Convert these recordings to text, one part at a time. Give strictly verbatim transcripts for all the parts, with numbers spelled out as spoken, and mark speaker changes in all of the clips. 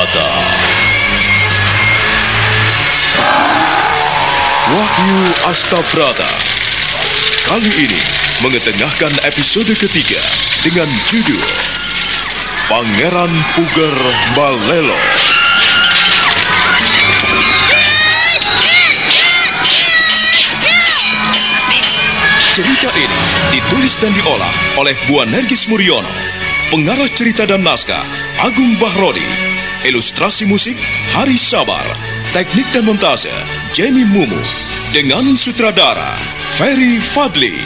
Speaker 1: Astabrata. Wahyu Astabrata kali ini mengetengahkan episode ketiga dengan judul Pangeran Puger Balelo. Cerita ini ditulis dan diolah oleh Bu Nergis Muriono. Pengarah cerita dan naskah Agung Bahrodi. Ilustrasi musik Hari Sabar. Teknik dan montase Jamie Mumu. Dengan sutradara Ferry Fadli.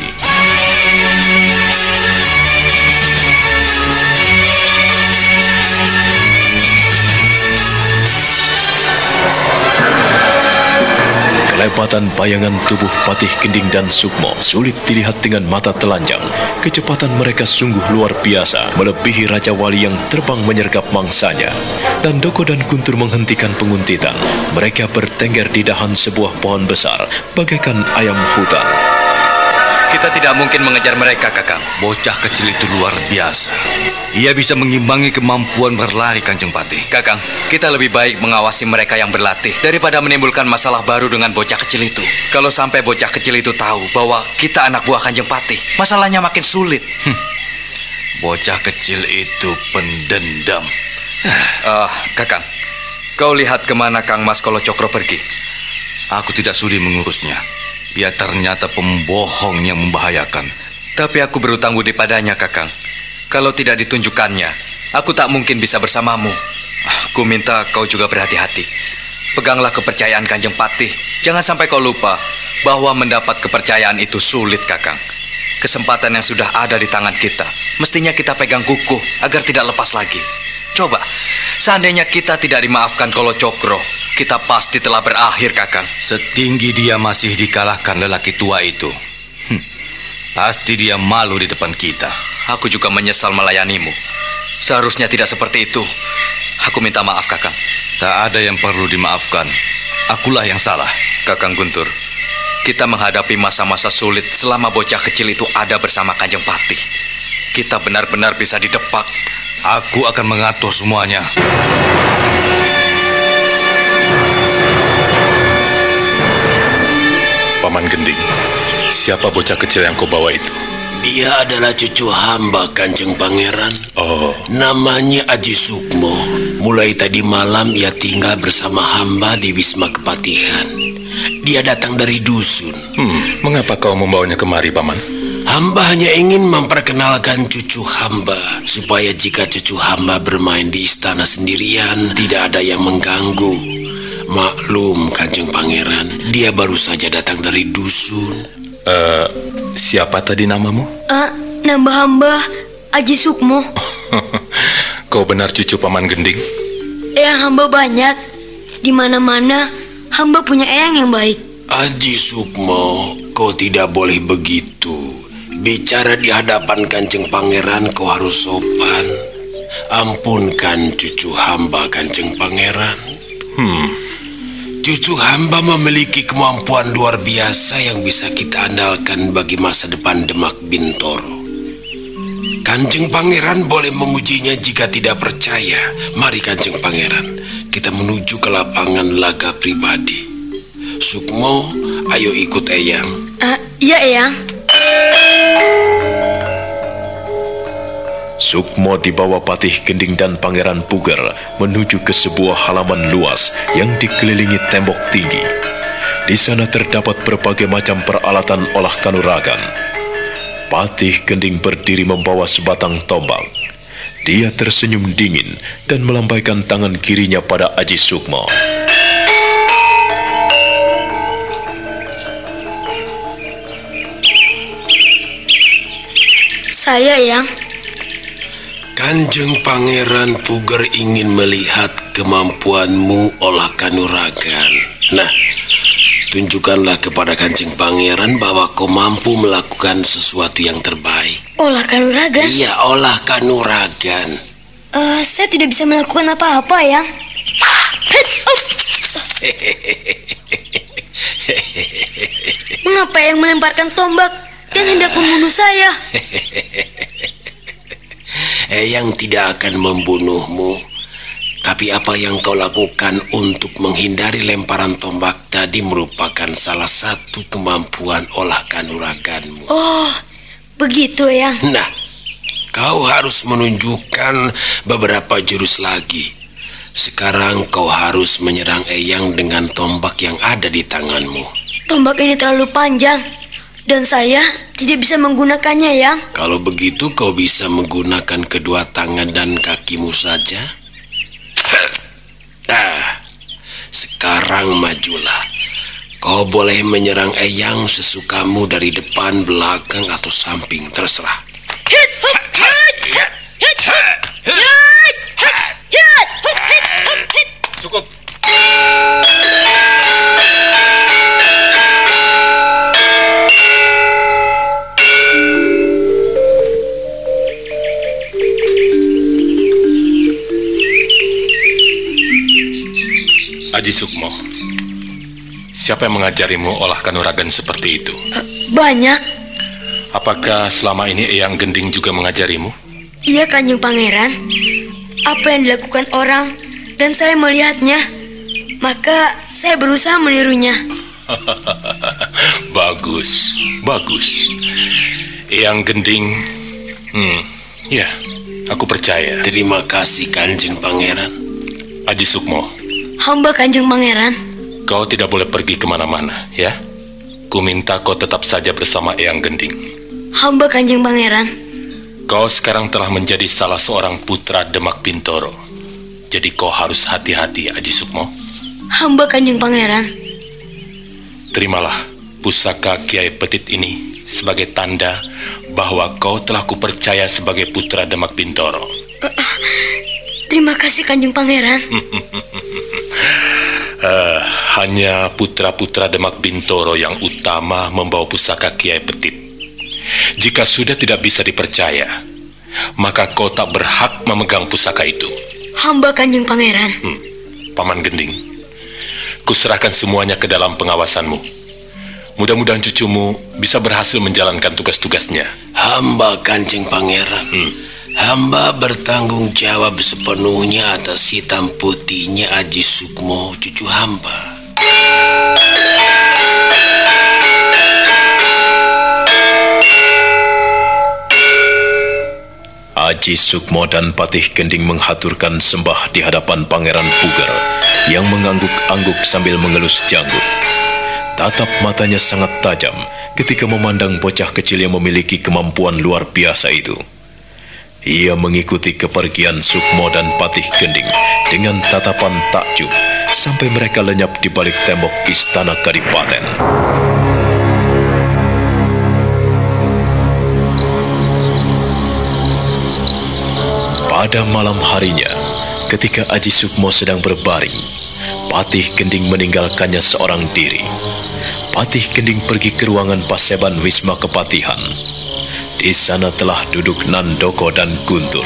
Speaker 1: Kelepatan bayangan tubuh Patih Gending dan Sukmo sulit dilihat dengan mata telanjang. Kecepatan mereka sungguh luar biasa, melebihi Raja Wali yang terbang menyergap mangsanya. Dan Doko dan Guntur menghentikan penguntitan. Mereka bertengger di dahan sebuah pohon besar, bagaikan ayam hutan.
Speaker 2: Kita tidak mungkin mengejar mereka, Kakang.
Speaker 3: Bocah kecil itu luar biasa. Ia bisa mengimbangi kemampuan berlari, Kanjeng Patih.
Speaker 2: Kakang, kita lebih baik mengawasi mereka yang berlatih daripada menimbulkan masalah baru dengan bocah kecil itu. Kalau sampai bocah kecil itu tahu bahwa kita anak buah Kanjeng Patih, masalahnya makin sulit.
Speaker 3: Hmm. Bocah kecil itu pendendam.
Speaker 2: Uh, Kakang, kau lihat kemana Kang Mas Kolo Cokro pergi?
Speaker 3: Aku tidak sudi mengurusnya. Dia ternyata pembohong yang membahayakan.
Speaker 2: Tapi aku berutang budi padanya, Kakang. Kalau tidak ditunjukkannya, aku tak mungkin bisa bersamamu. Aku minta kau juga berhati-hati. Peganglah kepercayaan Kanjeng Patih. Jangan sampai kau lupa bahwa mendapat kepercayaan itu sulit, Kakang. Kesempatan yang sudah ada di tangan kita, mestinya kita pegang kukuh agar tidak lepas lagi. Coba, seandainya kita tidak dimaafkan Kolo Cokro, kita pasti telah berakhir, Kakang.
Speaker 3: Setinggi dia masih dikalahkan lelaki tua itu, hm, pasti dia malu di depan kita.
Speaker 2: Aku juga menyesal melayanimu. Seharusnya tidak seperti itu. Aku minta maaf, Kakang.
Speaker 3: Tak ada yang perlu dimaafkan. Akulah yang salah.
Speaker 2: Kakang Guntur, kita menghadapi masa-masa sulit selama bocah kecil itu ada bersama Kanjeng Patih. Kita benar-benar bisa didepak.
Speaker 3: Aku akan mengatur semuanya.
Speaker 1: Paman Gending, siapa bocah kecil yang kau bawa itu?
Speaker 4: Dia adalah cucu hamba, Kanjeng Pangeran.
Speaker 1: Oh.
Speaker 4: Namanya Aji Sukmo. Mulai tadi malam ia tinggal bersama hamba di Wisma Kepatihan. Dia datang dari dusun.
Speaker 1: Hmm, mengapa kau membawanya kemari, Paman?
Speaker 4: Hamba hanya ingin memperkenalkan cucu hamba, supaya jika cucu hamba bermain di istana sendirian, tidak ada yang mengganggu. Maklum, Kanjeng Pangeran, dia baru saja datang dari dusun.
Speaker 1: Eh, uh, siapa tadi namamu?
Speaker 5: Uh, nama hamba Aji Sukmo.
Speaker 1: Kau benar cucu Paman Gending?
Speaker 5: Eyang hamba banyak. Di mana-mana hamba punya eyang yang baik.
Speaker 4: Aji Sukmo, kau tidak boleh begitu. Bicara di hadapan Kanjeng Pangeran kau harus sopan. Ampunkan cucu hamba, Kanjeng Pangeran.
Speaker 1: Hmm.
Speaker 4: Cucu hamba memiliki kemampuan luar biasa yang bisa kita andalkan bagi masa depan Demak Bintoro. Kanjeng Pangeran boleh memujinya jika tidak percaya. Mari Kanjeng Pangeran, kita menuju ke lapangan laga pribadi. Sukmo, ayo ikut Eyang.
Speaker 5: Uh, iya Eyang.
Speaker 1: Sukmo dibawa Patih Gending dan Pangeran Puger menuju ke sebuah halaman luas yang dikelilingi tembok tinggi. Di sana terdapat berbagai macam peralatan olah kanuragan. Patih Gending berdiri membawa sebatang tombak. Dia tersenyum dingin dan melambaikan tangan kirinya pada Aji Sukmo.
Speaker 5: Saya, Eyang.
Speaker 4: Kanjeng Pangeran Puger ingin melihat kemampuanmu olah kanuragan. Nah, tunjukkanlah kepada Kanjeng Pangeran bahwa kau mampu melakukan sesuatu yang terbaik.
Speaker 5: Olah kanuragan?
Speaker 4: Iya, olah kanuragan.
Speaker 5: Uh, saya tidak bisa melakukan apa-apa, Eyang. Mengapa Eyang melemparkan tombak dan hendak membunuh saya?
Speaker 4: Eyang tidak akan membunuhmu, Tapi apa yang kau lakukan untuk menghindari lemparan tombak tadi merupakan salah satu kemampuan olah kanuraganmu.
Speaker 5: Oh, begitu Eyang.
Speaker 4: Nah, kau harus menunjukkan beberapa jurus lagi. Sekarang kau harus menyerang Eyang dengan tombak yang ada di tanganmu.
Speaker 5: Tombak ini terlalu panjang dan saya tidak bisa menggunakannya, Eyang.
Speaker 4: Kalau begitu kau bisa menggunakan kedua tangan dan kakimu saja. Nah, sekarang majulah. Kau boleh menyerang Eyang sesukamu dari depan, belakang, atau samping, terserah.
Speaker 3: Cukup.
Speaker 1: Aji Sukmo, siapa yang mengajarimu olah kanuragan seperti itu?
Speaker 5: Uh, banyak.
Speaker 1: Apakah selama ini Eyang Gending juga mengajarimu?
Speaker 5: Iya, Kanjeng Pangeran. Apa yang dilakukan orang dan saya melihatnya, maka saya berusaha menirunya.
Speaker 1: Bagus, bagus. Eyang Gending, hmm, ya, aku percaya.
Speaker 4: Terima kasih, Kanjeng Pangeran.
Speaker 1: Aji Sukmo,
Speaker 5: Hamba Kanjeng Pangeran.
Speaker 1: kau tidak boleh pergi kemana-mana, ya? Ku minta kau tetap saja bersama Eyang Gending.
Speaker 5: Hamba Kanjeng Pangeran.
Speaker 1: Kau sekarang telah menjadi salah seorang putra Demak Bintoro. Jadi kau harus hati-hati, Aji Sukmo.
Speaker 5: Hamba Kanjeng Pangeran.
Speaker 1: Terimalah pusaka Kiai Petit ini sebagai tanda bahwa kau telah kupercaya sebagai putra Demak Bintoro.
Speaker 5: Uh, uh, terima kasih, Kanjeng Pangeran.
Speaker 1: Uh, hanya putra-putra Demak Bintoro yang utama membawa pusaka Kiai Petit. Jika sudah tidak bisa dipercaya, maka kau tak berhak memegang pusaka itu.
Speaker 5: Hamba Kanjeng Pangeran.
Speaker 1: Hmm, Paman Gending, kuserahkan semuanya ke dalam pengawasanmu. Mudah-mudahan cucumu bisa berhasil menjalankan tugas-tugasnya.
Speaker 4: Hamba Kanjeng Pangeran.
Speaker 1: Hmm.
Speaker 4: Hamba bertanggung jawab sepenuhnya atas hitam putihnya Aji Sukmo, cucu hamba.
Speaker 1: Aji Sukmo dan Patih Gending menghaturkan sembah di hadapan Pangeran Puger yang mengangguk-angguk sambil mengelus janggut. Tatap matanya sangat tajam ketika memandang bocah kecil yang memiliki kemampuan luar biasa itu. Ia mengikuti kepergian Sukmo dan Patih Gending dengan tatapan takjub sampai mereka lenyap di balik tembok istana Kadipaten. Pada malam harinya, ketika Aji Sukmo sedang berbaring, Patih Gending meninggalkannya seorang diri. Patih Gending pergi ke ruangan Paseban Wisma Kepatihan. Di sana telah duduk Nandoko dan Guntur.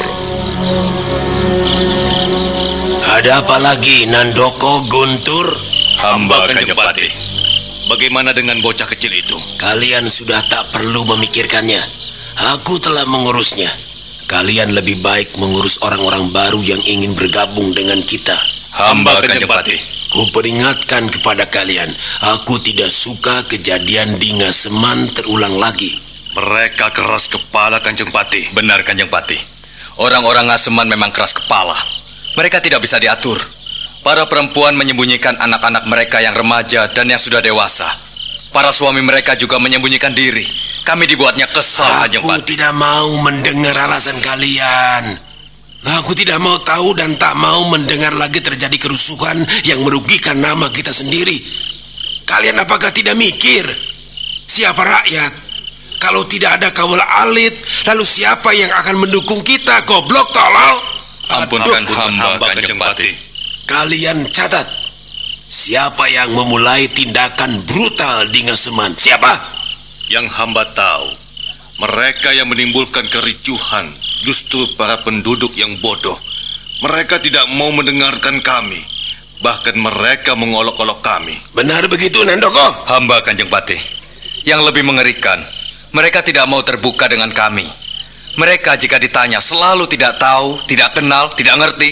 Speaker 4: Ada apa lagi, Nandoko, Guntur?
Speaker 3: Hamba Kanjeng Patih. Bagaimana dengan bocah kecil itu?
Speaker 4: Kalian sudah tak perlu memikirkannya. Aku telah mengurusnya. Kalian lebih baik mengurus orang-orang baru yang ingin bergabung dengan kita.
Speaker 3: Hamba Kanjeng Patih.
Speaker 4: Ku peringatkan kepada kalian, aku tidak suka kejadian di Ngaseman terulang lagi.
Speaker 3: Mereka keras kepala, Kanjeng Patih.
Speaker 2: Benar, Kanjeng Patih. Orang-orang Ngaseman memang keras kepala. Mereka tidak bisa diatur. Para perempuan menyembunyikan anak-anak mereka yang remaja dan yang sudah dewasa. Para suami mereka juga menyembunyikan diri. Kami dibuatnya kesal, Kanjeng Patih.
Speaker 4: Aku tidak mau mendengar alasan kalian. Aku tidak mau tahu dan tak mau mendengar lagi terjadi kerusuhan yang merugikan nama kita sendiri. Kalian apakah tidak mikir? Siapa rakyat? Kalau tidak ada kawal alit, lalu siapa yang akan mendukung kita? Goblok tolol.
Speaker 3: Ampunkan hamba, Kanjeng Patih.
Speaker 4: Kalian catat, siapa yang memulai tindakan brutal di Ngaseman? Siapa?
Speaker 3: Yang hamba tahu, mereka yang menimbulkan kericuhan justru para penduduk yang bodoh. Mereka tidak mau mendengarkan kami. Bahkan mereka mengolok-olok kami.
Speaker 4: Benar begitu, Nandoko?
Speaker 2: Hamba Kanjeng Patih. Yang lebih mengerikan, mereka tidak mau terbuka dengan kami. Mereka jika ditanya selalu tidak tahu, tidak kenal, tidak ngerti.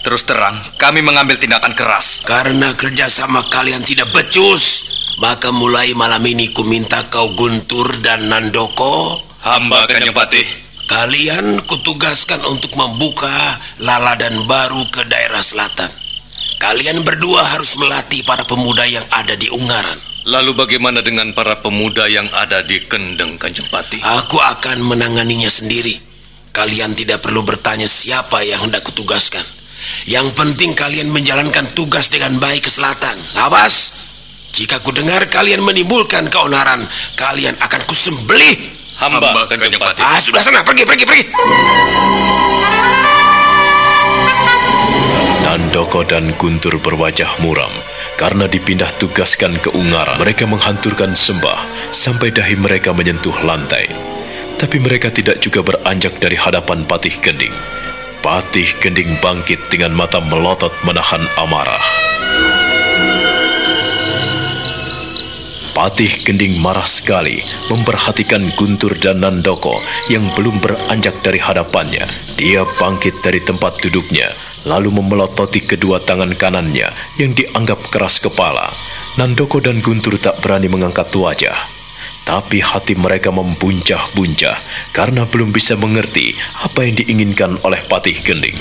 Speaker 2: Terus terang, kami mengambil tindakan keras.
Speaker 4: Karena kerjasama kalian tidak becus, maka mulai malam ini ku minta kau Guntur dan Nandoko,
Speaker 3: Hamba Kanjeng Patih.
Speaker 4: Kalian kutugaskan untuk membuka laladan baru ke daerah selatan. Kalian berdua harus melatih para pemuda yang ada di Ungaran.
Speaker 3: Lalu bagaimana dengan para pemuda yang ada di Kendeng, Kanjeng Patih?
Speaker 4: Aku akan menanganinya sendiri. Kalian tidak perlu bertanya siapa yang hendak kutugaskan. Yang penting kalian menjalankan tugas dengan baik ke selatan. Awas, jika ku dengar kalian menimbulkan keonaran, kalian akan kusembelih.
Speaker 3: Hamba Kanjeng Patih.
Speaker 4: Ah, sudah sana, pergi, pergi, pergi.
Speaker 1: Nandoko dan Guntur berwajah muram. Karena dipindah tugaskan ke Ungaran, mereka menghanturkan sembah sampai dahi mereka menyentuh lantai. Tapi mereka tidak juga beranjak dari hadapan Patih Gending. Patih Gending bangkit dengan mata melotot menahan amarah. Patih Gending marah sekali memperhatikan Guntur dan Nandoko yang belum beranjak dari hadapannya. Dia bangkit dari tempat duduknya, lalu memelototi kedua tangan kanannya yang dianggap keras kepala. Nandoko dan Guntur tak berani mengangkat wajah. Tapi hati mereka membuncah-buncah karena belum bisa mengerti apa yang diinginkan oleh Patih Gending.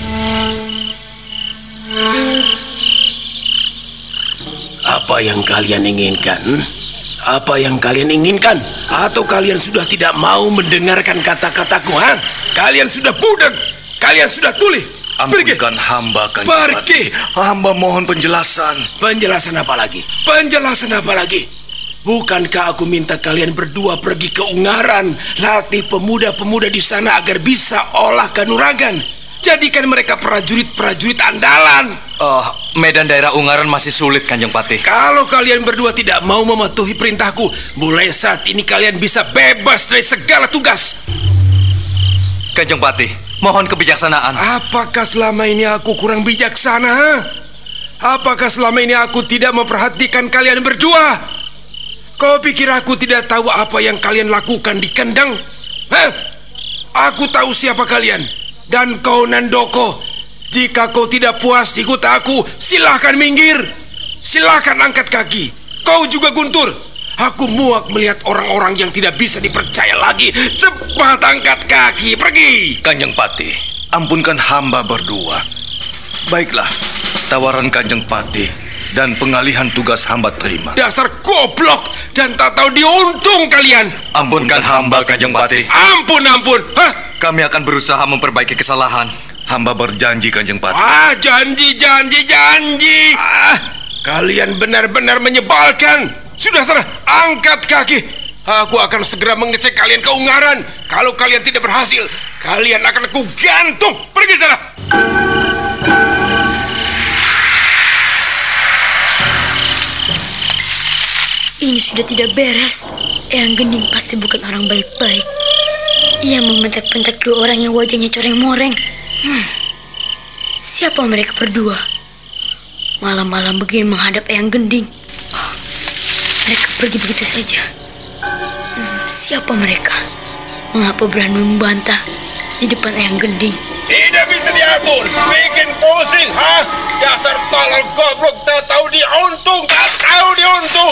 Speaker 4: Apa yang kalian inginkan? Apa yang kalian inginkan? Atau kalian sudah tidak mau mendengarkan kata-kataku, ha? Kalian sudah budak, kalian sudah tuli.
Speaker 3: Ampunkan hamba, Kanjeng
Speaker 4: Pergi.
Speaker 3: Patih. Hamba mohon penjelasan.
Speaker 4: Penjelasan apa lagi? Penjelasan apa lagi? Bukankah aku minta kalian berdua pergi ke Ungaran, latih pemuda-pemuda di sana agar bisa olah kanuragan, jadikan mereka prajurit-prajurit andalan.
Speaker 2: Oh, medan daerah Ungaran masih sulit, Kanjeng Patih.
Speaker 4: Kalau kalian berdua tidak mau mematuhi perintahku, mulai saat ini kalian bisa bebas dari segala tugas.
Speaker 2: Kanjeng Patih, mohon kebijaksanaan.
Speaker 4: Apakah selama ini aku kurang bijaksana? Ha? Apakah selama ini aku tidak memperhatikan kalian berdua? Kau pikir aku tidak tahu apa yang kalian lakukan di Kendeng? Hah? Aku tahu siapa kalian. Dan kau Nandoko, jika kau tidak puas ikut aku, silahkan minggir. Silahkan angkat kaki. Kau juga Guntur. Aku muak melihat orang-orang yang tidak bisa dipercaya lagi. Cepat angkat kaki, pergi.
Speaker 3: Kanjeng Patih, ampunkan hamba berdua. Baiklah, tawaran Kanjeng Patih dan pengalihan tugas hamba terima.
Speaker 4: Dasar goblok dan tak tahu diuntung kalian.
Speaker 2: Ampunkan hamba, Kanjeng Patih.
Speaker 4: Ampun, ampun. Hah?
Speaker 2: Kami akan berusaha memperbaiki kesalahan.
Speaker 3: Hamba berjanji, Kanjeng Patih.
Speaker 4: Ah, janji, janji, janji. Ah, kalian benar-benar menyebalkan. Sudah sana, angkat kaki. Aku akan segera mengecek kalian ke Ungaran. Kalau kalian tidak berhasil, kalian akan aku gantung. Pergi sana.
Speaker 5: Ini sudah tidak beres. Eyang Gending pasti bukan orang baik-baik. Ia membentak-bentak dua orang yang wajahnya coreng-moreng. Hmm. Siapa mereka berdua? Malam-malam begini menghadap Eyang Gending. Oh, mereka pergi begitu saja. Hmm, siapa mereka? Mengapa berani membantah di depan Eyang Gending?
Speaker 4: Tidak bisa diatur. Bikin pusing, ha? Dasar tolol goblok, tak tahu diuntung, tak tahu diuntung.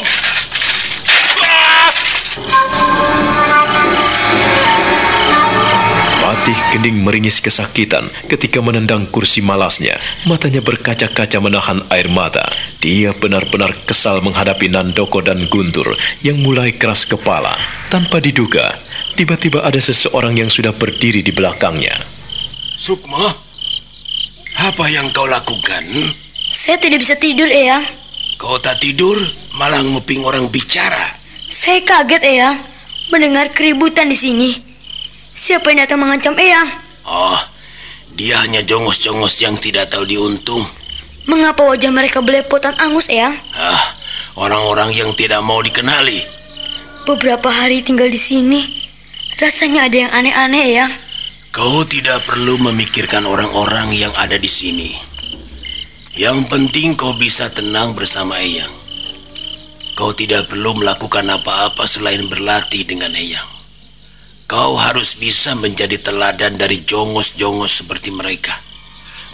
Speaker 1: Patih Gending meringis kesakitan ketika menendang kursi malasnya. Matanya berkaca-kaca menahan air mata. Dia benar-benar kesal menghadapi Nandoko dan Guntur yang mulai keras kepala. Tanpa diduga, tiba-tiba ada seseorang yang sudah berdiri di belakangnya.
Speaker 4: Sukma, apa yang kau lakukan?
Speaker 5: Saya tidak bisa tidur, Eyang.
Speaker 4: Kau tak tidur, malah nguping orang bicara.
Speaker 5: Saya kaget, Eyang, mendengar keributan di sini. Siapa yang datang mengancam Eyang?
Speaker 4: Oh, dia hanya jongos-jongos yang tidak tahu diuntung.
Speaker 5: Mengapa wajah mereka belepotan angus, Eyang?
Speaker 4: Ah, orang-orang yang tidak mau dikenali.
Speaker 5: Beberapa hari tinggal di sini, rasanya ada yang aneh-aneh, Eyang.
Speaker 4: Kau tidak perlu memikirkan orang-orang yang ada di sini. Yang penting kau bisa tenang bersama Eyang. Kau tidak perlu melakukan apa-apa selain berlatih dengan Eyang. Kau harus bisa menjadi teladan dari jongos-jongos seperti mereka.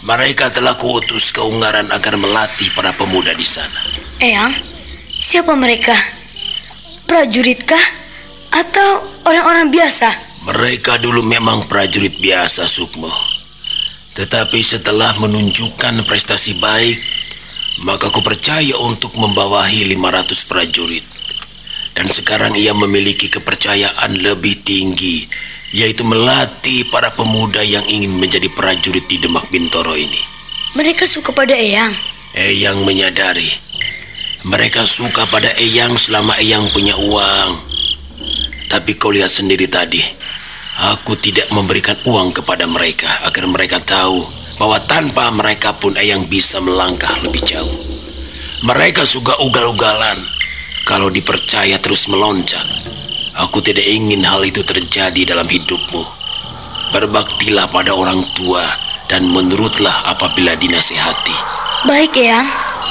Speaker 4: Mereka telah kuutus ke Ungaran agar melatih para pemuda di sana.
Speaker 5: Eyang, siapa mereka? Prajuritkah? Atau orang-orang biasa?
Speaker 4: Mereka dulu memang prajurit biasa, Sukmo. Tetapi setelah menunjukkan prestasi baik, maka ku percaya untuk membawahi lima ratus prajurit. Dan sekarang ia memiliki kepercayaan lebih tinggi, yaitu melatih para pemuda yang ingin menjadi prajurit di Demak Bintoro ini.
Speaker 5: Mereka suka pada Eyang.
Speaker 4: Eyang menyadari mereka suka pada Eyang selama Eyang punya uang. Tapi kau lihat sendiri tadi, aku tidak memberikan uang kepada mereka agar mereka tahu bahwa tanpa mereka pun Eyang bisa melangkah lebih jauh. Mereka suka ugal-ugalan. Kalau dipercaya terus meloncat. Aku tidak ingin hal itu terjadi dalam hidupmu. Berbaktilah pada orang tua dan menurutlah apabila dinasihati.
Speaker 5: Baik, Eyang.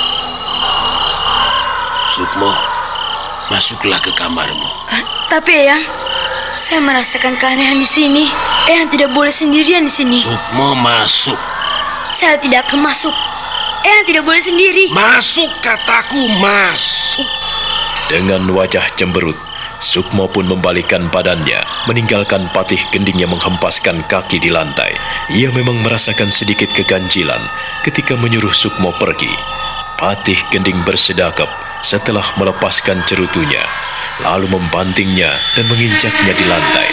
Speaker 4: Sukmo, masuklah ke kamarmu.
Speaker 5: Uh, tapi Eyang, saya merasakan keanehan di sini. Eyang tidak boleh sendirian di sini.
Speaker 4: Sukmo, masuk.
Speaker 5: Saya tidak akan masuk. Eyang tidak boleh sendiri.
Speaker 4: Masuk, kataku, masuk.
Speaker 1: Dengan wajah cemberut, Sukmo pun membalikkan badannya, meninggalkan Patih Gending yang menghempaskan kaki di lantai. Ia memang merasakan sedikit keganjilan ketika menyuruh Sukmo pergi. Patih Gending bersedekap setelah melepaskan cerutunya, lalu membantingnya dan menginjaknya di lantai.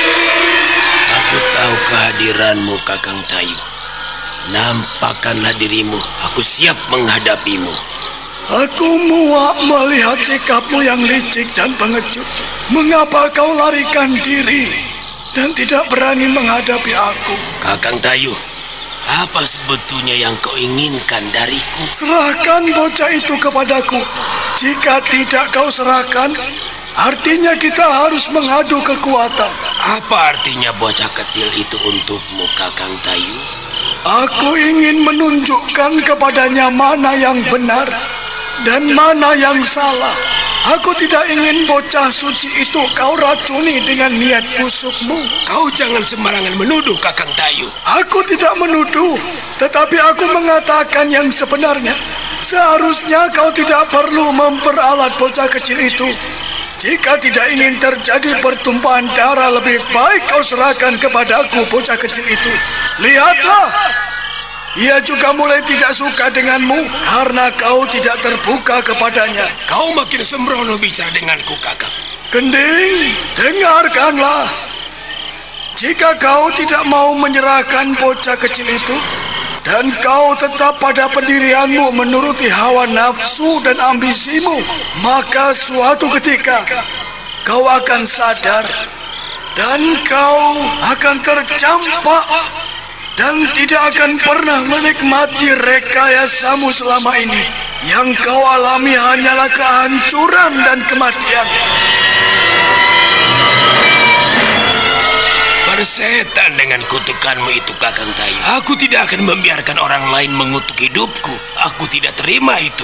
Speaker 4: Aku tahu kehadiranmu, Kakang Tayu. Nampakkanlah dirimu, aku siap menghadapimu.
Speaker 6: Aku muak melihat sikapmu yang licik dan pengecut. Mengapa kau larikan diri dan tidak berani menghadapi aku?
Speaker 4: Kakang Tayu, apa sebetulnya yang kau inginkan dariku?
Speaker 6: Serahkan bocah itu kepadaku. Jika tidak kau serahkan, artinya kita harus mengadu kekuatan.
Speaker 4: Apa artinya bocah kecil itu untukmu, Kakang Tayu?
Speaker 6: Aku ingin menunjukkan kepadanya mana yang benar dan mana yang salah. Aku tidak ingin bocah suci itu kau racuni dengan niat busukmu.
Speaker 4: Kau jangan sembarangan menuduh, Kakang Tayu.
Speaker 6: Aku tidak menuduh, tetapi aku mengatakan yang sebenarnya. Seharusnya kau tidak perlu memperalat bocah kecil itu. Jika tidak ingin terjadi pertumpahan darah, lebih baik kau serahkan kepadaku bocah kecil itu. Lihatlah, ia juga mulai tidak suka denganmu karena kau tidak terbuka kepadanya.
Speaker 4: Kau makin sembrono bicara denganku, Kakang.
Speaker 6: Gending, dengarkanlah. Jika kau tidak mau menyerahkan bocah kecil itu, dan kau tetap pada pendirianmu menuruti hawa nafsu dan ambisimu, maka suatu ketika kau akan sadar dan kau akan tercampak dan tidak akan pernah menikmati rekayasamu selama ini. Yang kau alami hanyalah kehancuran dan kematian.
Speaker 4: Bersetan dengan kutukanmu itu, Kakang Tayu. Aku tidak akan membiarkan orang lain mengutuk hidupku. Aku tidak terima itu.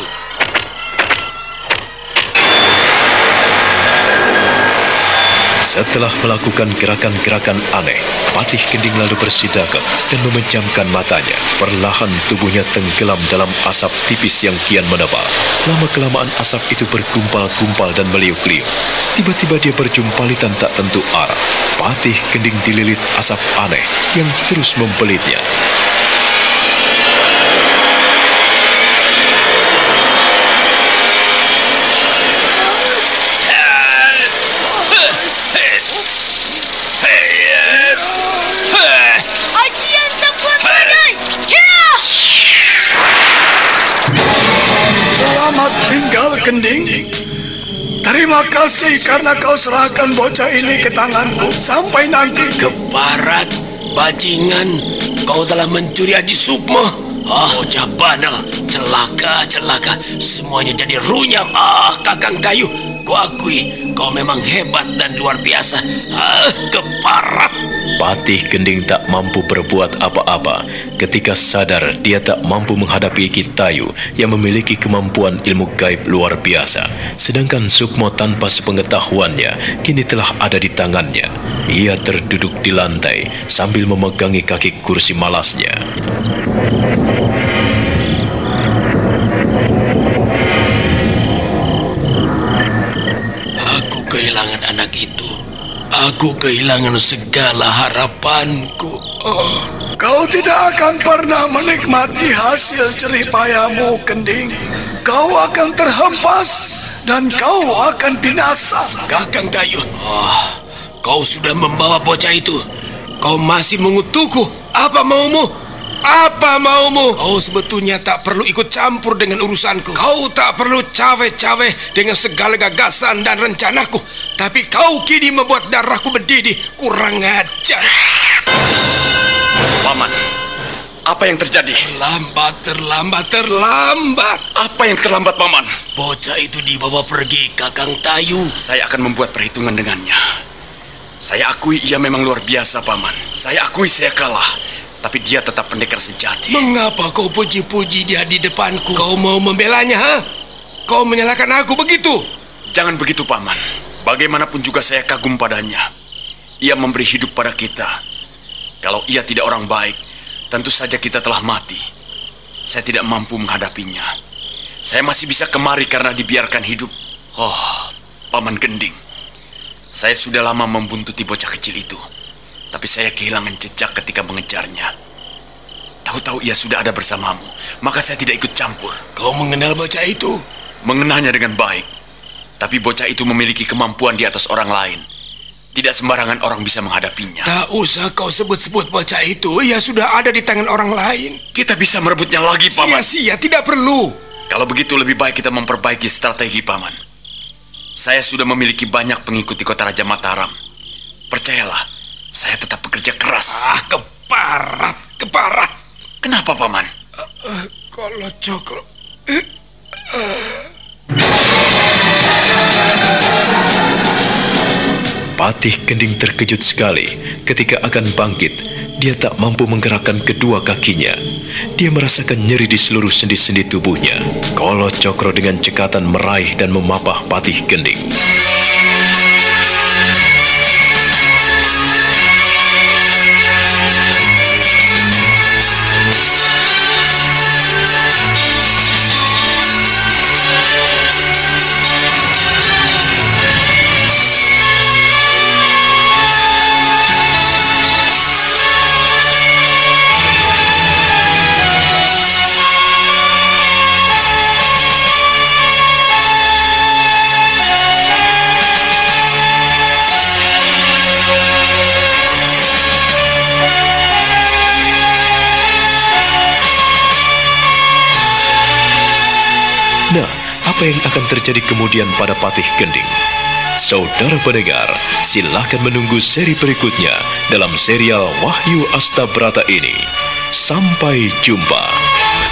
Speaker 1: Setelah melakukan gerakan-gerakan aneh, Patih Gending lalu bersidagap dan memejamkan matanya. Perlahan tubuhnya tenggelam dalam asap tipis yang kian menebal. Lama-kelamaan asap itu bergumpal-gumpal dan meliuk-liuk. Tiba-tiba dia berjumpalitan tak tentu arah. Patih Gending dililit asap aneh yang terus membelitnya.
Speaker 6: Selamat tinggal, Gending. Terima kasih karena kau serahkan bocah ini ke tanganku. Sampai nanti.
Speaker 4: Keparat, bajingan, kau telah mencuri Haji Sukmo. Ah, bocah bandel, celaka, celaka. Semuanya jadi runyam. Ah, Kakang Tayu, ku akui, kau memang hebat dan luar biasa. Ah, keparat.
Speaker 1: Patih Gending tak mampu berbuat apa-apa ketika sadar dia tak mampu menghadapi Kitayu yang memiliki kemampuan ilmu gaib luar biasa. Sedangkan Sukmo tanpa sepengetahuannya kini telah ada di tangannya. Ia terduduk di lantai sambil memegangi kaki kursi malasnya.
Speaker 4: Aku kehilangan anak itu. Aku kehilangan segala harapanku. Oh.
Speaker 6: Kau tidak akan pernah menikmati hasil jerih payahmu, Gending. Kau akan terhempas dan kau akan binasa.
Speaker 4: Kakang Tayu, oh, kau sudah membawa bocah itu. Kau masih mengutukku. Apa maumu? Apa maumu? Kau sebetulnya tak perlu ikut campur dengan urusanku. Kau tak perlu cawe-cawe dengan segala gagasan dan rencanaku. Tapi kau kini membuat darahku mendidih. Kurang ajar.
Speaker 7: Paman, apa yang terjadi?
Speaker 4: Terlambat, terlambat, terlambat.
Speaker 7: Apa yang terlambat, Paman?
Speaker 4: Bocah itu dibawa pergi, Kakang Tayu.
Speaker 7: Saya akan membuat perhitungan dengannya. Saya akui ia memang luar biasa, Paman. Saya akui saya kalah. Tapi dia tetap pendekar sejati.
Speaker 4: Mengapa kau puji-puji dia di depanku? Kau mau membelanya, ha? Kau menyalahkan aku begitu?
Speaker 7: Jangan begitu, Paman. Bagaimanapun juga saya kagum padanya. Ia memberi hidup pada kita. Kalau ia tidak orang baik, tentu saja kita telah mati. Saya tidak mampu menghadapinya. Saya masih bisa kemari karena dibiarkan hidup. Oh, Paman Gending. Saya sudah lama membuntuti bocah kecil itu. Tapi saya kehilangan jejak ketika mengejarnya. Tahu-tahu ia sudah ada bersamamu, maka saya tidak ikut campur.
Speaker 4: Kau mengenal bocah itu?
Speaker 7: Mengenalnya dengan baik. Tapi bocah itu memiliki kemampuan di atas orang lain. Tidak sembarangan orang bisa menghadapinya.
Speaker 4: Tak usah kau sebut-sebut bocah itu. Ia sudah ada di tangan orang lain.
Speaker 7: Kita bisa merebutnya lagi, Paman.
Speaker 4: Sia-sia, tidak perlu.
Speaker 7: Kalau begitu lebih baik kita memperbaiki strategi, Paman. Saya sudah memiliki banyak pengikut di kota Raja Mataram. Percayalah, saya tetap bekerja keras.
Speaker 4: Ah, keparat, keparat.
Speaker 7: Kenapa, Paman?
Speaker 4: Uh, uh, kalau Cokro... Uh, uh.
Speaker 1: Patih Gending terkejut sekali ketika akan bangkit. Dia tak mampu menggerakkan kedua kakinya. Dia merasakan nyeri di seluruh sendi-sendi tubuhnya. Kolo Cokro dengan cekatan meraih dan memapah Patih Gending. Nah, apa yang akan terjadi kemudian pada Patih Gending? Saudara pendengar, silakan menunggu seri berikutnya dalam serial Wahyu Astabrata ini. Sampai jumpa.